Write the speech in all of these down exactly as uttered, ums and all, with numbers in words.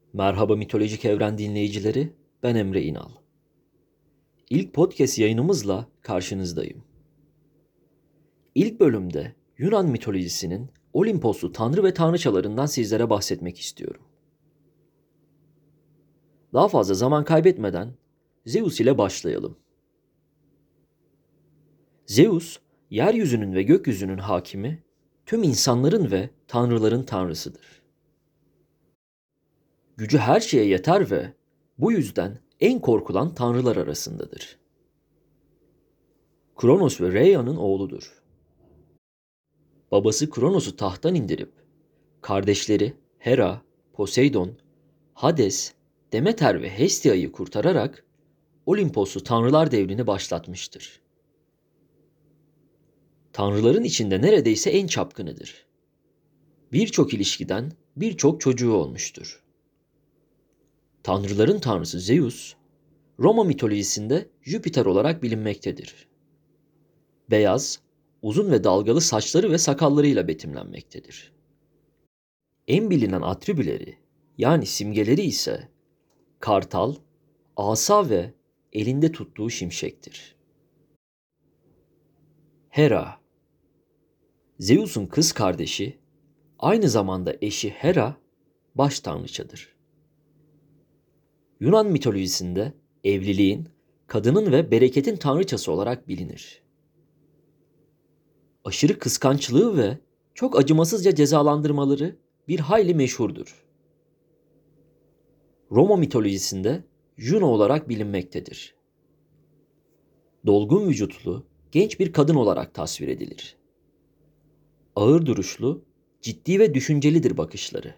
Merhaba mitolojik evren dinleyicileri, ben Emre İnal. İlk podcast yayınımızla karşınızdayım. İlk bölümde Yunan mitolojisinin Olimposlu tanrı ve tanrıçalarından sizlere bahsetmek istiyorum. Daha fazla zaman kaybetmeden Zeus ile başlayalım. Zeus, yeryüzünün ve gökyüzünün hakimi, tüm insanların ve tanrıların tanrısıdır. Gücü her şeye yeter ve bu yüzden en korkulan tanrılar arasındadır. Kronos ve Rhea'nın oğludur. Babası Kronos'u tahttan indirip kardeşleri Hera, Poseidon, Hades, Demeter ve Hestia'yı kurtararak Olimposlu tanrılar devrini başlatmıştır. Tanrıların içinde neredeyse en çapkınıdır. Birçok ilişkiden birçok çocuğu olmuştur. Tanrıların tanrısı Zeus, Roma mitolojisinde Jüpiter olarak bilinmektedir. Beyaz, uzun ve dalgalı saçları ve sakallarıyla betimlenmektedir. En bilinen atribüleri yani simgeleri ise kartal, asa ve elinde tuttuğu şimşektir. Hera, Zeus'un kız kardeşi, aynı zamanda eşi Hera, baş tanrıçadır. Yunan mitolojisinde evliliğin, kadının ve bereketin tanrıçası olarak bilinir. Aşırı kıskançlığı ve çok acımasızca cezalandırmaları bir hayli meşhurdur. Roma mitolojisinde Juno olarak bilinmektedir. Dolgun vücutlu, genç bir kadın olarak tasvir edilir. Ağır duruşlu, ciddi ve düşüncelidir bakışları.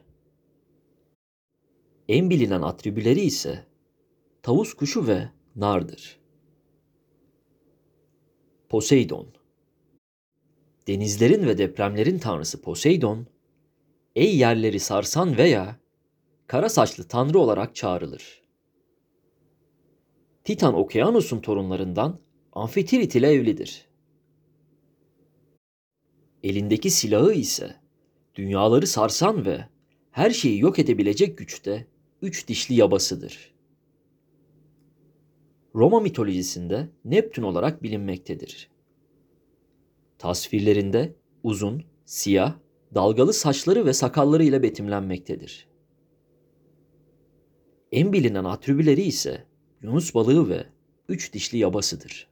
En bilinen atribüleri ise tavus kuşu ve nardır. Poseidon, denizlerin ve depremlerin tanrısı Poseidon, ey yerleri sarsan veya kara saçlı tanrı olarak çağrılır. Titan Okyanus'un torunlarından Amfitriit ile evlidir. Elindeki silahı ise dünyaları sarsan ve her şeyi yok edebilecek güçte üç dişli yabasıdır. Roma mitolojisinde Neptün olarak bilinmektedir. Tasvirlerinde uzun, siyah, dalgalı saçları ve sakalları ile betimlenmektedir. En bilinen atribüleri ise Yunus balığı ve üç dişli yabasıdır.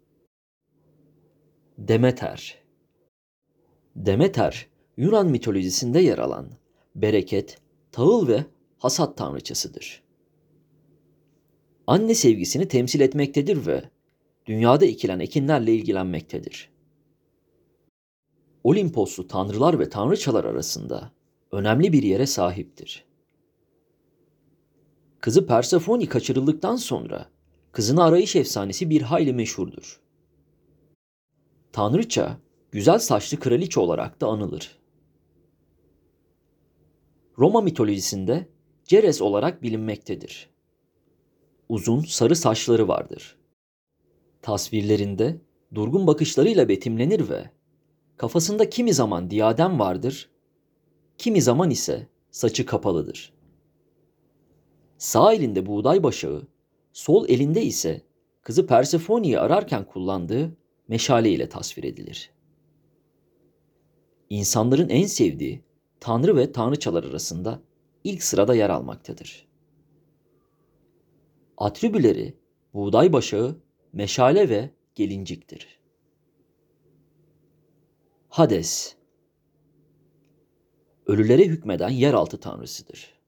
Demeter, Demeter, Yunan mitolojisinde yer alan bereket, tahıl ve hasat tanrıçasıdır. Anne sevgisini temsil etmektedir ve dünyada ekilen ekinlerle ilgilenmektedir. Olimposlu tanrılar ve tanrıçalar arasında önemli bir yere sahiptir. Kızı Persefone kaçırıldıktan sonra kızını arayış efsanesi bir hayli meşhurdur. Tanrıça, güzel saçlı kraliçe olarak da anılır. Roma mitolojisinde Ceres olarak bilinmektedir. Uzun sarı saçları vardır. Tasvirlerinde durgun bakışlarıyla betimlenir ve kafasında kimi zaman diadem vardır, kimi zaman ise saçı kapalıdır. Sağ elinde buğday başağı, sol elinde ise kızı Persefone'yi ararken kullandığı meşale ile tasvir edilir. İnsanların en sevdiği tanrı ve tanrıçalar arasında ilk sırada yer almaktadır. Atribüleri buğday başağı, meşale ve gelinciktir. Hades, ölülere hükmeden yeraltı tanrısıdır.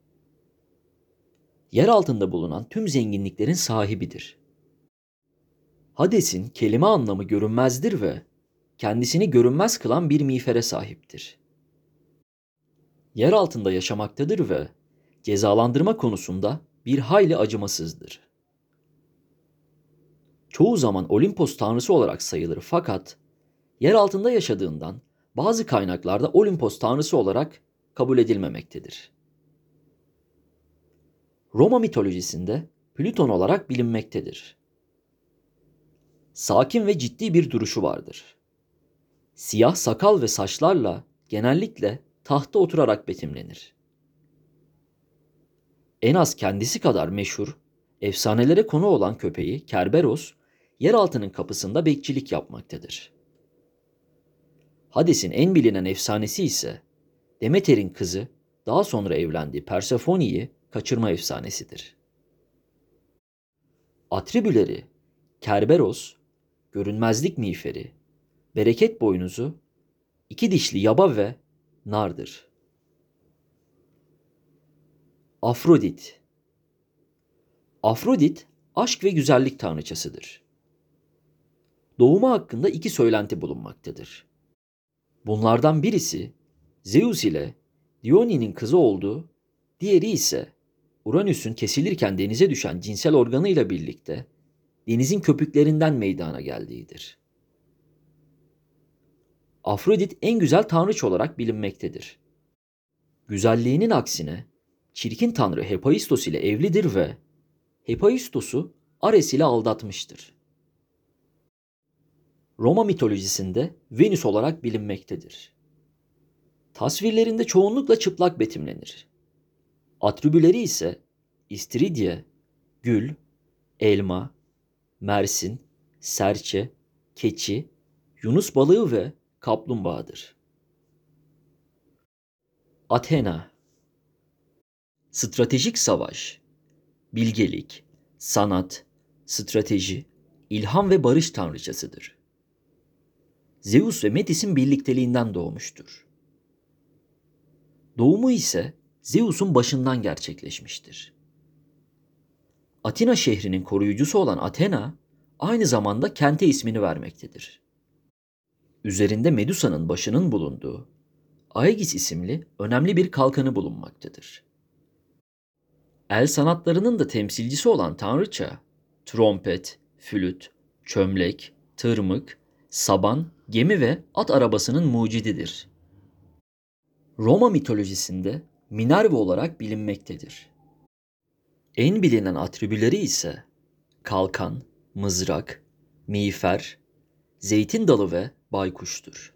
Yer altında bulunan tüm zenginliklerin sahibidir. Hades'in kelime anlamı görünmezdir ve kendisini görünmez kılan bir miğfere sahiptir. Yer altında yaşamaktadır ve cezalandırma konusunda bir hayli acımasızdır. Çoğu zaman Olimpos tanrısı olarak sayılır fakat yer altında yaşadığından bazı kaynaklarda Olimpos tanrısı olarak kabul edilmemektedir. Roma mitolojisinde Plüton olarak bilinmektedir. Sakin ve ciddi bir duruşu vardır. Siyah sakal ve saçlarla genellikle tahta oturarak betimlenir. En az kendisi kadar meşhur, efsanelere konu olan köpeği Kerberos, yeraltının kapısında bekçilik yapmaktadır. Hades'in en bilinen efsanesi ise Demeter'in kızı, daha sonra evlendiği Persephone'yi kaçırma efsanesidir. Atribüleri Kerberos, görünmezlik miğferi, bereket boynuzu, iki dişli yaba ve nardır. Afrodit Afrodit, aşk ve güzellik tanrıçasıdır. Doğumu hakkında iki söylenti bulunmaktadır. Bunlardan birisi Zeus ile Dionys'in kızı olduğu, diğeri ise Uranüs'ün kesilirken denize düşen cinsel organıyla birlikte denizin köpüklerinden meydana geldiğidir. Afrodit en güzel tanrıç olarak bilinmektedir. Güzelliğinin aksine çirkin tanrı Hephaistos ile evlidir ve Hephaistos'u Ares ile aldatmıştır. Roma mitolojisinde Venüs olarak bilinmektedir. Tasvirlerinde çoğunlukla çıplak betimlenir. Atribüleri ise istiridye, gül, elma, mersin, serçe, keçi, yunus balığı ve kaplumbağadır. Athena Stratejik savaş, bilgelik, sanat, strateji, ilham ve barış tanrıçasıdır. Zeus ve Metis'in birlikteliğinden doğmuştur. Doğumu ise Zeus'un başından gerçekleşmiştir. Atina şehrinin koruyucusu olan Athena, aynı zamanda kente ismini vermektedir. Üzerinde Medusa'nın başının bulunduğu Aegis isimli önemli bir kalkanı bulunmaktadır. El sanatlarının da temsilcisi olan tanrıça, trompet, flüt, çömlek, tırmık, saban, gemi ve at arabasının mucididir. Roma mitolojisinde Minerva olarak bilinmektedir. En bilinen atribüleri ise kalkan, mızrak, miğfer, zeytin dalı ve baykuştur.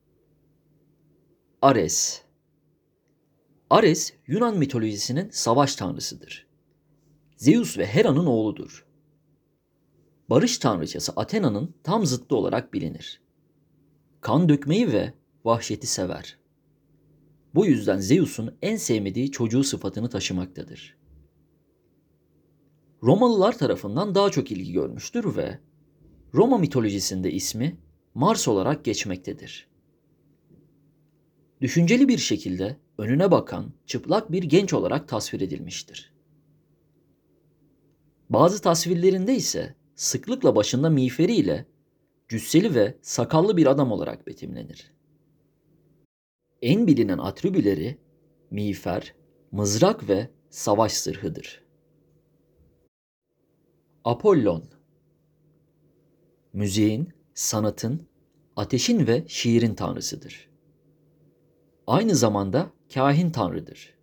Ares Ares, Yunan mitolojisinin savaş tanrısıdır. Zeus ve Hera'nın oğludur. Barış tanrıçası Athena'nın tam zıttı olarak bilinir. Kan dökmeyi ve vahşeti sever. Bu yüzden Zeus'un en sevmediği çocuğu sıfatını taşımaktadır. Romalılar tarafından daha çok ilgi görmüştür ve Roma mitolojisinde ismi Mars olarak geçmektedir. Düşünceli bir şekilde önüne bakan çıplak bir genç olarak tasvir edilmiştir. Bazı tasvirlerinde ise sıklıkla başında miğferi ile cüsseli ve sakallı bir adam olarak betimlenir. En bilinen atribüleri miğfer, mızrak ve savaş zırhıdır. Apollon müziğin, sanatın, ateşin ve şiirin tanrısıdır. Aynı zamanda kahin tanrıdır.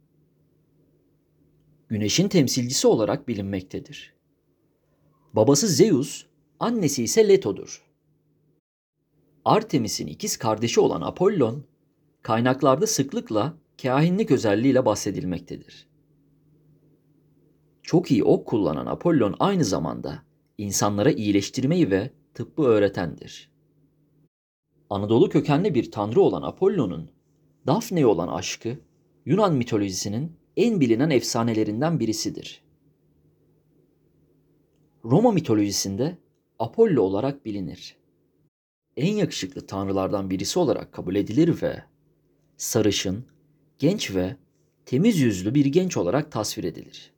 Güneşin temsilcisi olarak bilinmektedir. Babası Zeus, annesi ise Leto'dur. Artemis'in ikiz kardeşi olan Apollon, kaynaklarda sıklıkla kahinlik özelliğiyle bahsedilmektedir. Çok iyi ok kullanan Apollon aynı zamanda insanlara iyileştirmeyi ve tıbbı öğretendir. Anadolu kökenli bir tanrı olan Apollon'un Dafne'ye olan aşkı Yunan mitolojisinin en bilinen efsanelerinden birisidir. Roma mitolojisinde Apollo olarak bilinir. En yakışıklı tanrılardan birisi olarak kabul edilir ve sarışın, genç ve temiz yüzlü bir genç olarak tasvir edilir.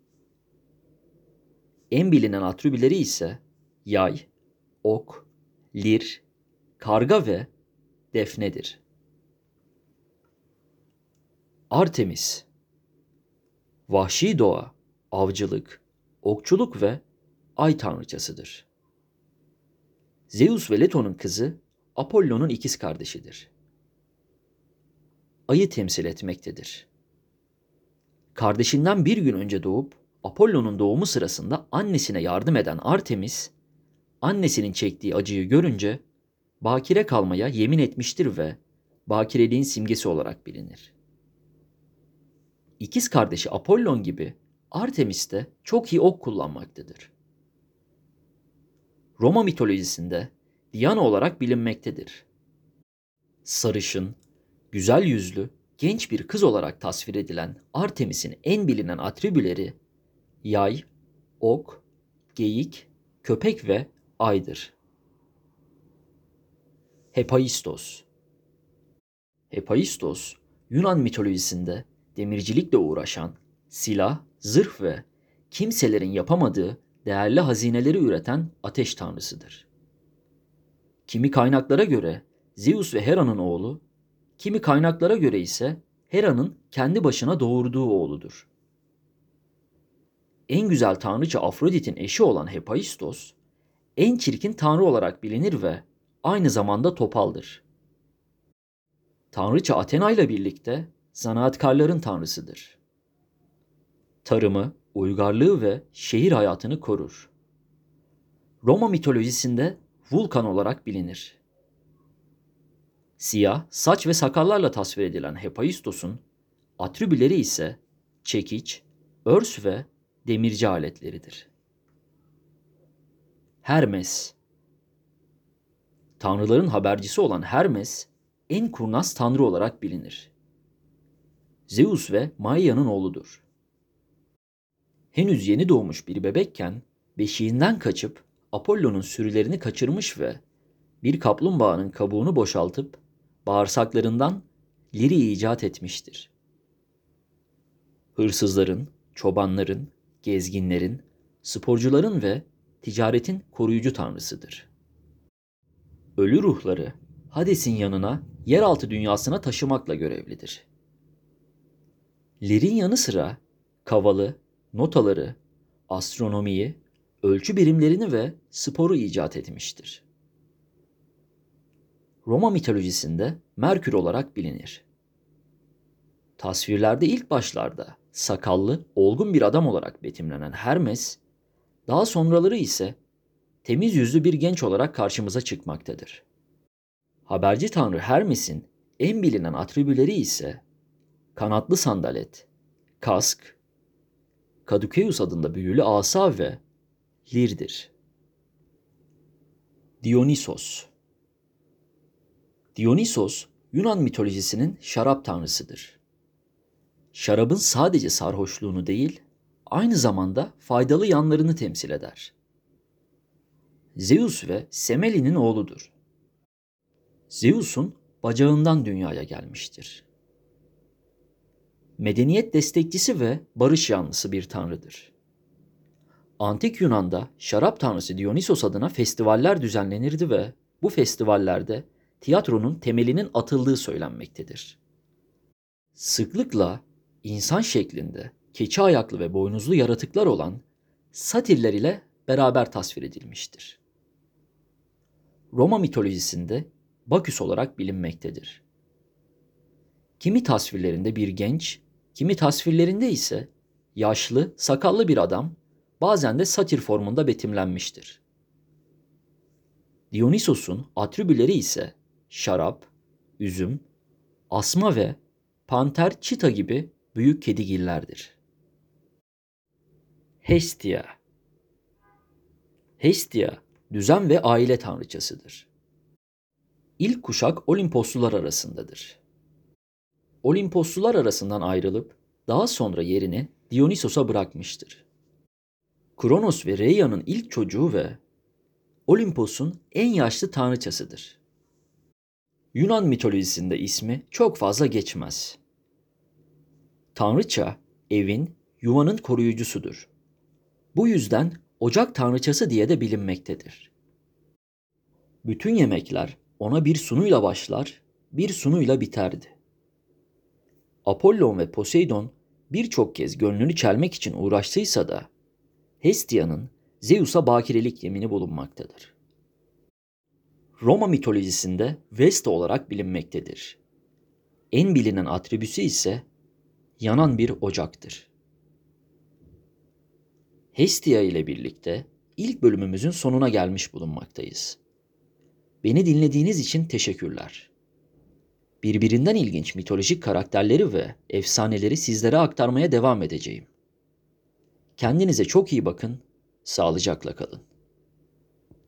En bilinen atribüleri ise yay, ok, lir, karga ve defnedir. Artemis vahşi doğa, avcılık, okçuluk ve ay tanrıçasıdır. Zeus ve Leto'nun kızı Apollon'un ikiz kardeşidir. Ayı temsil etmektedir. Kardeşinden bir gün önce doğup Apollon'un doğumu sırasında annesine yardım eden Artemis, annesinin çektiği acıyı görünce bakire kalmaya yemin etmiştir ve bakireliğin simgesi olarak bilinir. İkiz kardeşi Apollon gibi Artemis de çok iyi ok kullanmaktadır. Roma mitolojisinde Diana olarak bilinmektedir. Sarışın, güzel yüzlü, genç bir kız olarak tasvir edilen Artemis'in en bilinen atribüleri yay, ok, geyik, köpek ve aydır. Hephaistos. Hephaistos, Yunan mitolojisinde demircilikle uğraşan, silah, zırh ve kimselerin yapamadığı değerli hazineleri üreten ateş tanrısıdır. Kimi kaynaklara göre Zeus ve Hera'nın oğlu, kimi kaynaklara göre ise Hera'nın kendi başına doğurduğu oğludur. En güzel tanrıça Afrodit'in eşi olan Hephaistos, en çirkin tanrı olarak bilinir ve aynı zamanda topaldır. Tanrıça Athena ile birlikte zanaatkarların tanrısıdır. Tarımı, uygarlığı ve şehir hayatını korur. Roma mitolojisinde Vulkan olarak bilinir. Siyah, saç ve sakallarla tasvir edilen Hephaistos'un atribüleri ise çekiç, örs ve demirci aletleridir. Hermes. Tanrıların habercisi olan Hermes, en kurnaz tanrı olarak bilinir. Zeus ve Maia'nın oğludur. Henüz yeni doğmuş bir bebekken beşiğinden kaçıp Apollon'un sürülerini kaçırmış ve bir kaplumbağanın kabuğunu boşaltıp bağırsaklarından liri icat etmiştir. Hırsızların, çobanların, gezginlerin, sporcuların ve ticaretin koruyucu tanrısıdır. Ölü ruhları Hades'in yanına yeraltı dünyasına taşımakla görevlidir. Lirin yanı sıra kavalı, notaları, astronomiyi, ölçü birimlerini ve sporu icat etmiştir. Roma mitolojisinde Merkür olarak bilinir. Tasvirlerde ilk başlarda sakallı, olgun bir adam olarak betimlenen Hermes, daha sonraları ise temiz yüzlü bir genç olarak karşımıza çıkmaktadır. Haberci tanrı Hermes'in en bilinen atribüleri ise kanatlı sandalet, kask, Caduceus adında büyülü asa ve lirdir. Dionysos. Dionysos, Yunan mitolojisinin şarap tanrısıdır. Şarabın sadece sarhoşluğunu değil, aynı zamanda faydalı yanlarını temsil eder. Zeus ve Semele'nin oğludur. Zeus'un bacağından dünyaya gelmiştir. Medeniyet destekçisi ve barış yanlısı bir tanrıdır. Antik Yunan'da şarap tanrısı Dionysos adına festivaller düzenlenirdi ve bu festivallerde tiyatronun temelinin atıldığı söylenmektedir. Sıklıkla insan şeklinde keçi ayaklı ve boynuzlu yaratıklar olan satirler ile beraber tasvir edilmiştir. Roma mitolojisinde Baküs olarak bilinmektedir. Kimi tasvirlerinde bir genç, kimi tasvirlerinde ise yaşlı, sakallı bir adam, bazen de satir formunda betimlenmiştir. Dionysos'un atribüleri ise şarap, üzüm, asma ve panter çita gibi büyük kedigillerdir. Hestia. Hestia, düzen ve aile tanrıçasıdır. İlk kuşak Olimposlular arasındadır. Olimposlular arasından ayrılıp daha sonra yerini Dionysos'a bırakmıştır. Kronos ve Rheia'nın ilk çocuğu ve Olimpos'un en yaşlı tanrıçasıdır. Yunan mitolojisinde ismi çok fazla geçmez. Tanrıça, evin, yuvanın koruyucusudur. Bu yüzden ocak tanrıçası diye de bilinmektedir. Bütün yemekler ona bir sunuyla başlar, bir sunuyla biterdi. Apollon ve Poseidon birçok kez gönlünü çelmek için uğraştıysa da Hestia'nın Zeus'a bakirelik yemini bulunmaktadır. Roma mitolojisinde Vesta olarak bilinmektedir. En bilinen atribüsü ise yanan bir ocaktır. Hestia ile birlikte ilk bölümümüzün sonuna gelmiş bulunmaktayız. Beni dinlediğiniz için teşekkürler. Birbirinden ilginç mitolojik karakterleri ve efsaneleri sizlere aktarmaya devam edeceğim. Kendinize çok iyi bakın, sağlıcakla kalın.